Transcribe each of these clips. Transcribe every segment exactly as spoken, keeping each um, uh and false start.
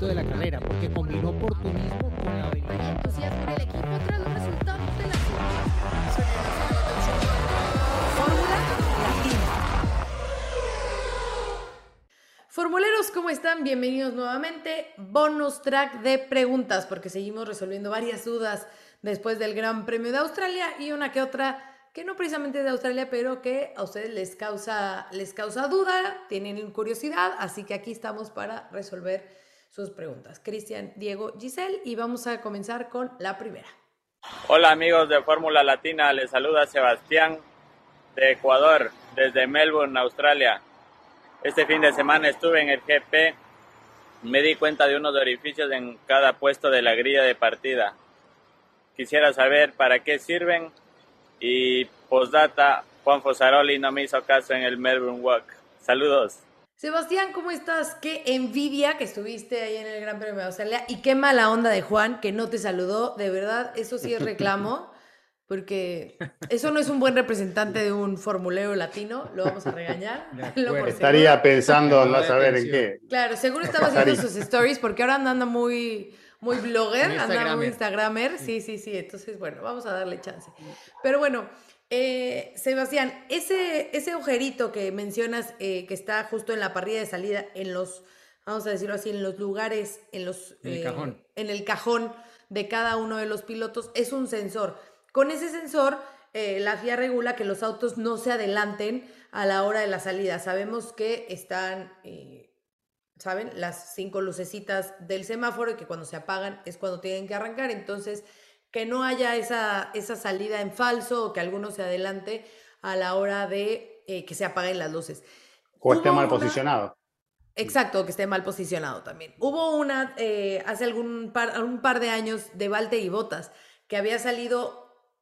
éxito de la carrera, porque combinó oportunismo con la habilidad. Hay entusiasmo en el equipo tras los resultados de la Fórmula Latina. Formuleros, ¿cómo están? Bienvenidos nuevamente. Bonus track de preguntas, porque seguimos resolviendo varias dudas después del Gran Premio de Australia y una que otra que no precisamente de Australia, pero que a ustedes les causa, les causa duda, tienen curiosidad, así que aquí estamos para resolver sus preguntas. Cristian, Diego, Giselle, y vamos a comenzar con la primera. Hola amigos de Fórmula Latina, les saluda Sebastián de Ecuador, desde Melbourne, Australia. Este fin de semana estuve en el G P, me di cuenta de unos orificios en cada puesto de la grilla de partida. Quisiera saber para qué sirven y postdata, Juan Fosaroli no me hizo caso en el Melbourne Walk. Saludos. Sebastián, ¿cómo estás? Qué envidia que estuviste ahí en el Gran Premio de Australia y qué mala onda de Juan que no te saludó. De verdad, eso sí es reclamo, porque eso no es un buen representante de un formulero latino. Lo vamos a regañar. Lo por Estaría seguro. pensando no saber en qué. Claro, seguro estaba haciendo sus stories porque ahora anda muy, muy blogger, anda muy instagramer. Sí, sí, sí. Entonces, bueno, vamos a darle chance. Pero bueno, eh, Sebastián, ese, ese agujerito que mencionas eh, que está justo en la parrilla de salida, en los, vamos a decirlo así, en los lugares, en los, en el eh, cajón. en el cajón de cada uno de los pilotos, es un sensor. Con ese sensor, eh, la F I A regula que los autos no se adelanten a la hora de la salida. Sabemos que están, eh, ¿saben? Las cinco lucecitas del semáforo y que cuando se apagan es cuando tienen que arrancar. Entonces, que no haya esa, esa salida en falso o que alguno se adelante a la hora de eh, que se apaguen las luces. O esté mal una... posicionado. Exacto, que esté mal posicionado también. Hubo una eh, hace algún par, un par de años de Valtteri Bottas que había salido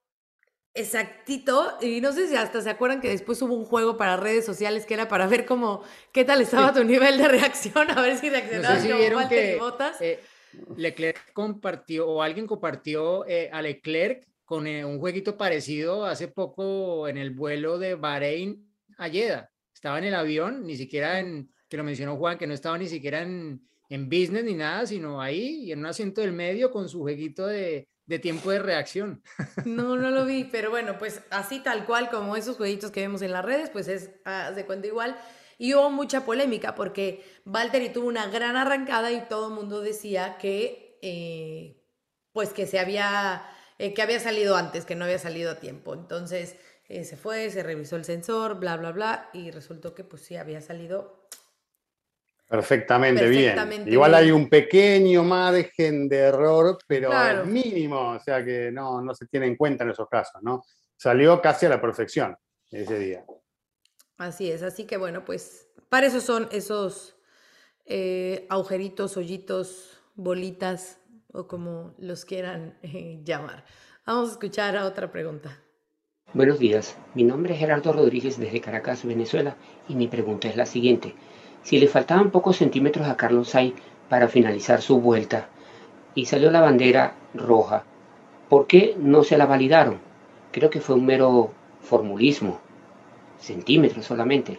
exactito, y no sé si hasta se acuerdan que después hubo un juego para redes sociales que era para ver cómo, qué tal estaba tu nivel de reacción, a ver si reaccionabas no sé si como vieron Valtteri que, Bottas. Eh, Leclerc compartió, o alguien compartió eh, a Leclerc con eh, un jueguito parecido hace poco en el vuelo de Bahrein a Jeddah. Estaba en el avión, ni siquiera en, que lo mencionó Juan, que no estaba ni siquiera en, en business ni nada, sino ahí, y en un asiento del medio con su jueguito de, de tiempo de reacción. No, no lo vi, pero bueno, pues así tal cual como esos jueguitos que vemos en las redes, pues es, haz de cuenta igual. Y hubo mucha polémica porque Valtteri tuvo una gran arrancada y todo el mundo decía que, eh, pues que se había, eh, que había salido antes, que no había salido a tiempo. Entonces eh, se fue, se revisó el sensor, bla, bla, bla, y resultó que pues sí había salido Perfectamente, perfectamente bien. Igual bien. hay un pequeño margen de error, pero Claro. es mínimo, o sea que no, no se tiene en cuenta en esos casos, ¿no? Salió casi a la perfección ese día. Así es, así que bueno, pues para eso son esos eh, agujeritos, hoyitos, bolitas o como los quieran eh, llamar. Vamos a escuchar a otra pregunta. Buenos días, mi nombre es Gerardo Rodríguez desde Caracas, Venezuela, y mi pregunta es la siguiente. Si le faltaban pocos centímetros a Carlos Sainz para finalizar su vuelta y salió la bandera roja, ¿por qué no se la validaron? Creo que fue un mero formulismo, centímetros solamente.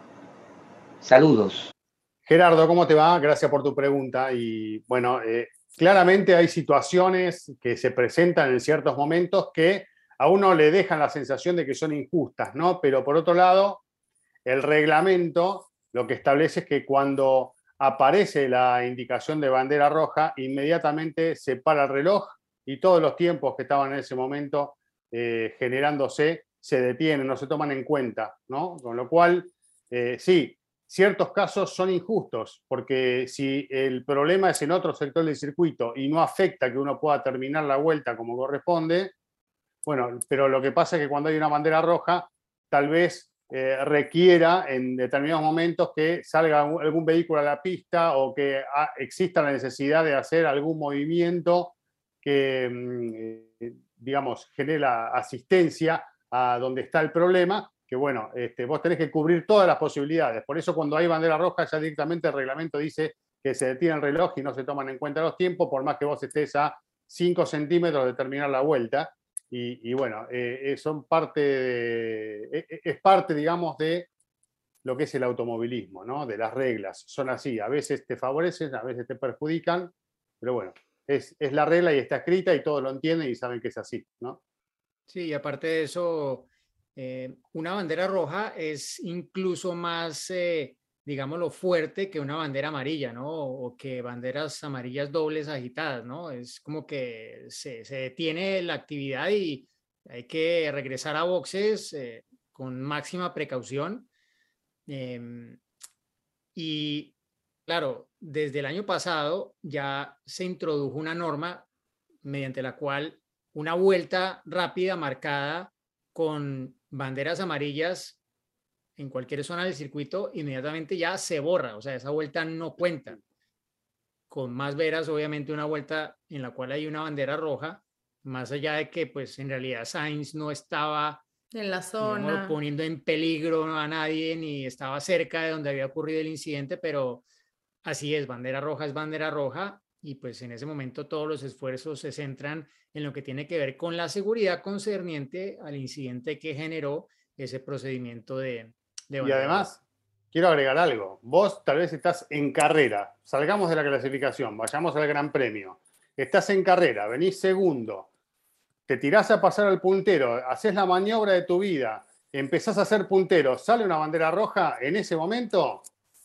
Saludos. Gerardo, ¿cómo te va? Gracias por tu pregunta. Y bueno, eh, claramente hay situaciones que se presentan en ciertos momentos que a uno le dejan la sensación de que son injustas, ¿no? Pero por otro lado, el reglamento lo que establece es que cuando aparece la indicación de bandera roja, inmediatamente se para el reloj y todos los tiempos que estaban en ese momento eh, generándose se detienen, no se toman en cuenta, ¿no? Con lo cual, eh, sí, ciertos casos son injustos, porque si el problema es en otro sector del circuito y no afecta que uno pueda terminar la vuelta como corresponde, bueno, pero lo que pasa es que cuando hay una bandera roja, tal vez eh, requiera en determinados momentos que salga algún vehículo a la pista o que ha, exista la necesidad de hacer algún movimiento que, eh, digamos, genere la asistencia a donde está el problema, que bueno, este, vos tenés que cubrir todas las posibilidades. Por eso cuando hay bandera roja ya directamente el reglamento dice que se detiene el reloj y no se toman en cuenta los tiempos, por más que vos estés a cinco centímetros de terminar la vuelta. Y, y bueno, eh, son parte de, es parte, digamos, de lo que es el automovilismo, ¿no? De las reglas. Son así, a veces te favorecen, a veces te perjudican, pero bueno, es, es la regla y está escrita y todos lo entienden y saben que es así, ¿no? Sí, y aparte de eso, eh, una bandera roja es incluso más, eh, digámoslo, fuerte que una bandera amarilla, ¿no? O que banderas amarillas dobles agitadas, ¿no? Es como que se, se detiene la actividad y hay que regresar a boxes eh, con máxima precaución. Em, y claro, desde el año pasado ya se introdujo una norma mediante la cual una vuelta rápida marcada con banderas amarillas en cualquier zona del circuito inmediatamente ya se borra, o sea, esa vuelta no cuenta. Con más veras, obviamente, una vuelta en la cual hay una bandera roja, más allá de que pues en realidad Sainz no estaba, En la digámoslo, zona. poniendo en peligro a nadie ni estaba cerca de donde había ocurrido el incidente, pero así es, bandera roja es bandera roja y pues en ese momento todos los esfuerzos se centran en lo que tiene que ver con la seguridad concerniente al incidente que generó ese procedimiento de, de Y bandera roja. además, quiero agregar algo. Vos tal vez estás en carrera, salgamos de la clasificación, vayamos al Gran Premio. Estás en carrera, venís segundo, te tirás a pasar al puntero, haces la maniobra de tu vida, empezás a ser puntero, sale una bandera roja en ese momento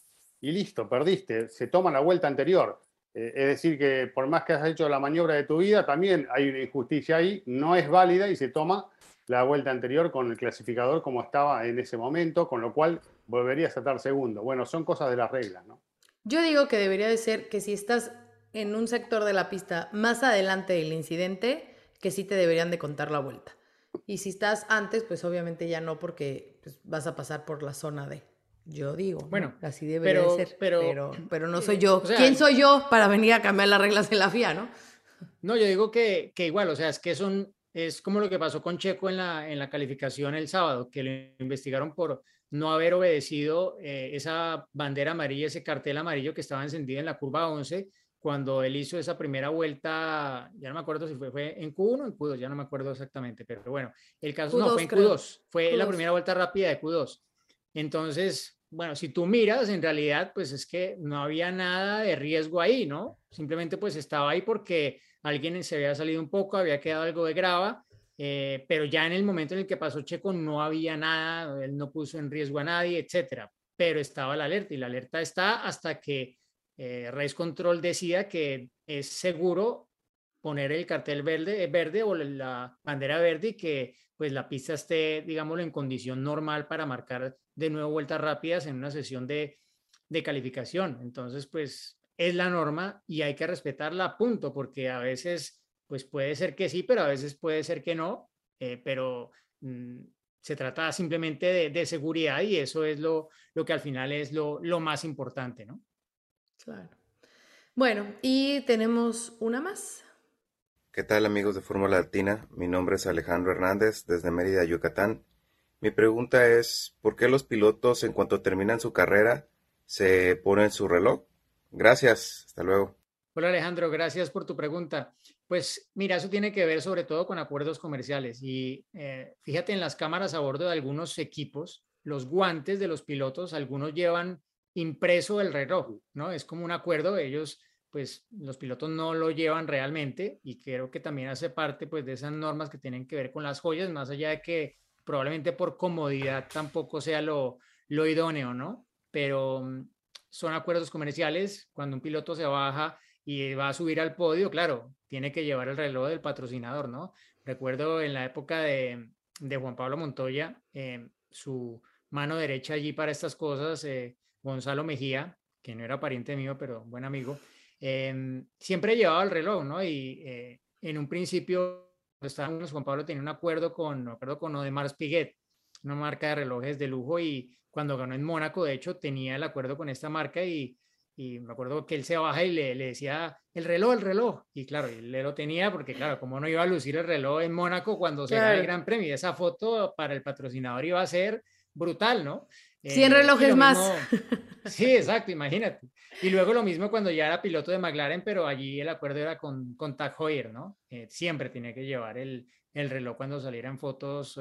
y listo, perdiste, se toma la vuelta anterior. Eh, es decir, que por más que hayas hecho la maniobra de tu vida, también hay una injusticia ahí, no es válida y se toma la vuelta anterior con el clasificador como estaba en ese momento, con lo cual volverías a estar segundo. Bueno, son cosas de las reglas, ¿no? Yo digo que debería de ser que si estás en un sector de la pista más adelante del incidente, que sí te deberían de contar la vuelta. Y si estás antes, pues obviamente ya no, porque pues, vas a pasar por la zona D. Yo digo, ¿no? Bueno, Así debería de pero, ser. pero, Pero, pero no soy eh, yo. o sea, ¿Quién soy yo para venir a cambiar las reglas en la F I A, no? no, yo digo que, que igual, o sea, es que son, es como lo que pasó con Checo en la, en la calificación el sábado, que lo investigaron por no haber obedecido eh, esa bandera amarilla, ese cartel amarillo que estaba encendido en la curva once, cuando él hizo esa primera vuelta, ya no me acuerdo si fue, fue en Q uno o en Q dos, ya no me acuerdo exactamente, pero bueno, el caso no, fue Q dos, en creo. Q dos, fue la Q dos. primera vuelta rápida de Q dos. Entonces, bueno, si tú miras, en realidad, pues es que no había nada de riesgo ahí, ¿no? Simplemente pues estaba ahí porque alguien se había salido un poco, había quedado algo de grava, eh, pero ya en el momento en el que pasó Checo no había nada, él no puso en riesgo a nadie, etcétera. Pero estaba la alerta y la alerta está hasta que eh, Race Control decida que es seguro poner el cartel verde, verde o la bandera verde y que pues la pista esté, digámoslo, en condición normal para marcar de nuevo vueltas rápidas en una sesión de, de calificación. Entonces, pues es la norma y hay que respetarla, punto, porque a veces, pues puede ser que sí, pero a veces puede ser que no, eh, pero mmm, se trata simplemente de, de, seguridad y eso es lo, lo que al final es lo, lo más importante, ¿no? Claro. Bueno, y tenemos una más. ¿Qué tal, amigos de Fórmula Latina? Mi nombre es Alejandro Hernández desde Mérida, Yucatán. Mi pregunta es, ¿por qué los pilotos en cuanto terminan su carrera se ponen su reloj? Gracias, hasta luego. Hola Alejandro, gracias por tu pregunta. Pues mira, eso tiene que ver sobre todo con acuerdos comerciales y eh, fíjate en las cámaras a bordo de algunos equipos, los guantes de los pilotos, algunos llevan impreso el reloj, ¿no? Es como un acuerdo, ellos pues los pilotos no lo llevan realmente y creo que también hace parte pues de esas normas que tienen que ver con las joyas, más allá de que probablemente por comodidad tampoco sea lo, lo idóneo, ¿no? Pero son acuerdos comerciales, cuando un piloto se baja y va a subir al podio, claro, tiene que llevar el reloj del patrocinador, ¿no? Recuerdo en la época de, de Juan Pablo Montoya, eh, su mano derecha allí para estas cosas, eh, Gonzalo Mejía, que no era pariente mío, pero buen amigo, eh, siempre llevaba el reloj, ¿no? Y eh, en un principio, estábamos, Juan Pablo tenía un acuerdo con, no acuerdo con Audemars Piguet, una marca de relojes de lujo, y cuando ganó en Mónaco, de hecho, tenía el acuerdo con esta marca y, y me acuerdo que él se baja y le, le decía, el reloj, el reloj. Y claro, él lo tenía porque, claro, como no iba a lucir el reloj en Mónaco cuando se Claro. gana el Gran Premio. Esa foto para el patrocinador iba a ser brutal, ¿no? cien Eh, relojes mismo, más. Sí, exacto, imagínate. Y luego lo mismo cuando ya era piloto de McLaren, pero allí el acuerdo era con, con Tag Heuer, ¿no? Eh, siempre tenía que llevar el, el reloj cuando saliera en fotos eh,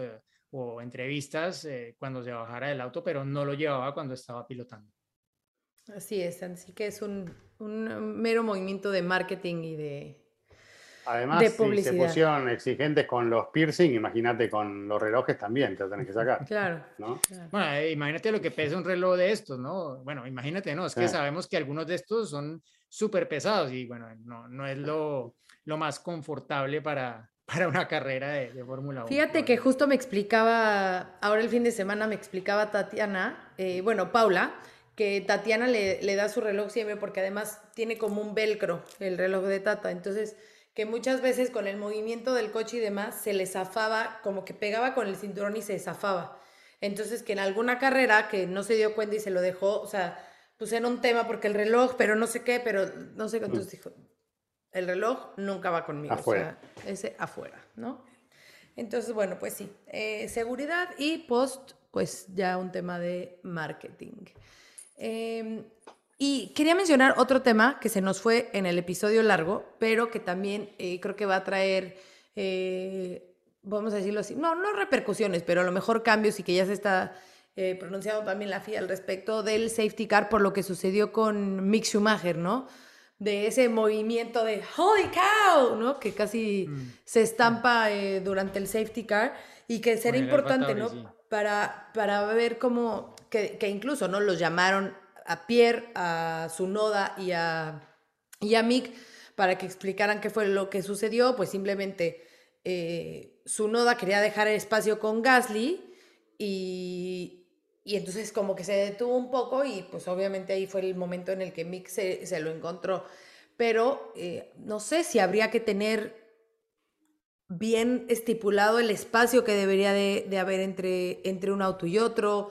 o entrevistas eh, cuando se bajara del auto, pero no lo llevaba cuando estaba pilotando. Así es, así que es un, un mero movimiento de marketing y de, Además, de si publicidad. se pusieron exigentes con los piercing, imagínate con los relojes también, te lo tenés que sacar. Claro. ¿No? claro. Bueno, eh, imagínate lo que pesa un reloj de estos, ¿no? Bueno, imagínate, ¿no? Es que Sí. sabemos que algunos de estos son súper pesados y bueno, no, no es lo, lo más confortable para, para una carrera de, de Fórmula uno. Fíjate que justo me explicaba, ahora el fin de semana me explicaba Tatiana, eh, bueno, Paula, que Tatiana le, le da su reloj siempre porque además tiene como un velcro el reloj de Tata, entonces que muchas veces con el movimiento del coche y demás se le zafaba, como que pegaba con el cinturón y se zafaba. Entonces que en alguna carrera que no se dio cuenta y se lo dejó, o sea, pues era un tema porque el reloj, pero no sé qué, pero no sé, entonces dijo, el reloj nunca va conmigo, Afuera. o sea, ese afuera, ¿no? Entonces, bueno, pues sí, eh, seguridad y post, pues ya un tema de marketing. Eh, y quería mencionar otro tema que se nos fue en el episodio largo, pero que también eh, creo que va a traer, eh, vamos a decirlo así, no, no repercusiones, pero a lo mejor cambios y que ya se está eh, pronunciando también la F I A al respecto del safety car por lo que sucedió con Mick Schumacher, ¿no? De ese movimiento de ¡Holy cow! ¿No? Que casi mm. se estampa eh, durante el safety car y que será importante, ¿no? Sí. Para, para ver cómo, que, que incluso, ¿no? Los llamaron a Pierre, a Tsunoda y a, y a Mick para que explicaran qué fue lo que sucedió. Pues simplemente eh, Tsunoda quería dejar el espacio con Gasly y, y entonces como que se detuvo un poco y pues obviamente ahí fue el momento en el que Mick se, se lo encontró. Pero eh, no sé si habría que tener bien estipulado el espacio que debería de, de haber entre, entre un auto y otro,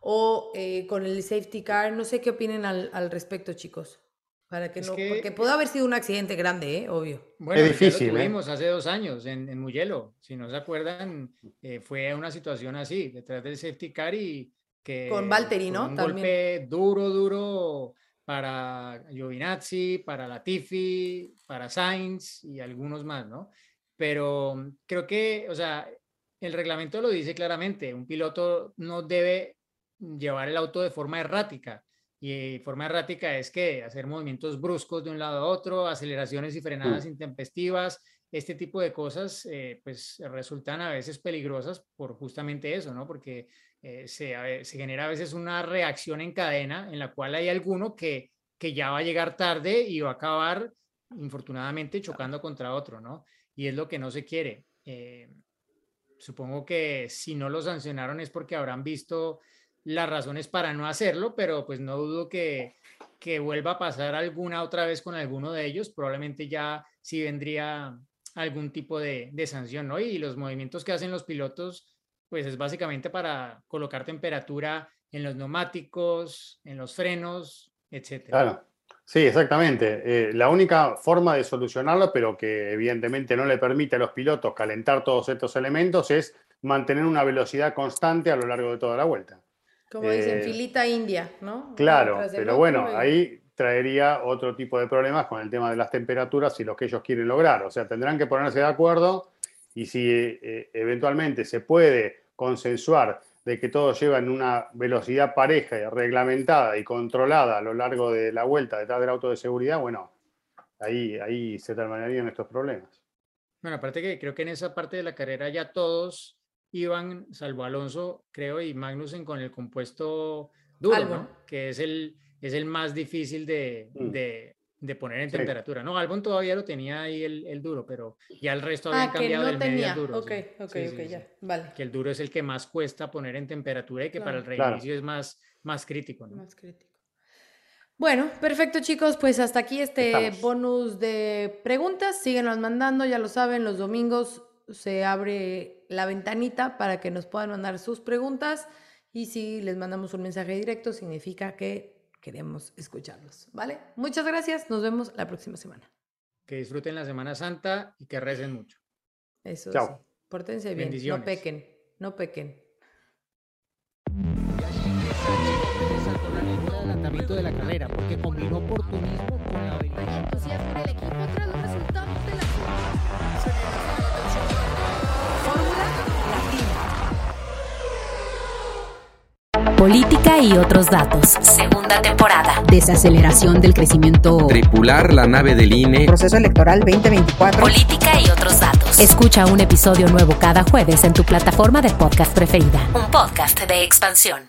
o eh, con el safety car. No sé qué opinen al, al respecto, chicos. Para que es no, que, porque puede haber sido un accidente grande, ¿eh? Obvio. Bueno, es difícil, ya lo tuvimos ¿eh? hace dos años en, en Mugello. Si no se acuerdan, eh, fue una situación así, detrás del safety car y que con Valtteri, ¿no? Un También. golpe duro, duro para Giovinazzi, para Latifi, para Sainz y algunos más, ¿no? Pero creo que, o sea, el reglamento lo dice claramente, un piloto no debe llevar el auto de forma errática, y forma errática es que hacer movimientos bruscos de un lado a otro, aceleraciones y frenadas mm. intempestivas, este tipo de cosas eh, pues resultan a veces peligrosas por justamente eso, ¿no? Porque eh, se, se genera a veces una reacción en cadena en la cual hay alguno que, que ya va a llegar tarde y va a acabar infortunadamente chocando contra otro, ¿no? Y es lo que no se quiere. Eh, supongo que si no lo sancionaron es porque habrán visto las razones para no hacerlo, pero pues no dudo que, que vuelva a pasar alguna otra vez con alguno de ellos. Probablemente ya sí vendría algún tipo de, de sanción, ¿no? Y los movimientos que hacen los pilotos, pues es básicamente para colocar temperatura en los neumáticos, en los frenos, etcétera. Claro. Sí, exactamente. Eh, la única forma de solucionarlo, pero que evidentemente no le permite a los pilotos calentar todos estos elementos, es mantener una velocidad constante a lo largo de toda la vuelta. Como eh, dicen, filita india, ¿no? Claro, pero bueno, y... ahí traería otro tipo de problemas con el tema de las temperaturas y lo que ellos quieren lograr. O sea, tendrán que ponerse de acuerdo y si eh, eventualmente se puede consensuar de que todos llevan una velocidad pareja, y reglamentada y controlada a lo largo de la vuelta detrás del auto de seguridad, bueno, ahí, ahí se terminarían estos problemas. Bueno, aparte que creo que en esa parte de la carrera ya todos iban, salvo Alonso, creo, y Magnussen con el compuesto duro, Albon, ¿no? Que es el, es el más difícil de, mm. de, de poner en sí. temperatura. No, Albon todavía lo tenía ahí el, el duro, pero ya el resto habían ah, cambiado no del tenía. medio al duro. Ok, sí. ok, sí, ok, sí, ya, sí. Vale. Que el duro es el que más cuesta poner en temperatura y que claro. para el reinicio claro. es más, más crítico, ¿no? Más crítico. Bueno, perfecto, chicos, pues hasta aquí este Estamos. bonus de preguntas. Síguenos mandando, ya lo saben, los domingos se abre la ventanita para que nos puedan mandar sus preguntas y si les mandamos un mensaje directo significa que queremos escucharlos, ¿vale? Muchas gracias, nos vemos la próxima semana. Que disfruten la Semana Santa y que recen mucho. Eso Chao. Sí, pórtense bien, no pequen, no pequen. Adelantamiento de la carrera porque combinó oportunismo con la habilidad. Entusiasmo del equipo tras los resultados de la Fórmula Latina. Política y otros datos. Segunda temporada. Desaceleración del crecimiento. Tripular la nave del I N E. Proceso electoral veinte veinticuatro. Política y otros datos. Escucha un episodio nuevo cada jueves en tu plataforma de podcast preferida. Un podcast de Expansión.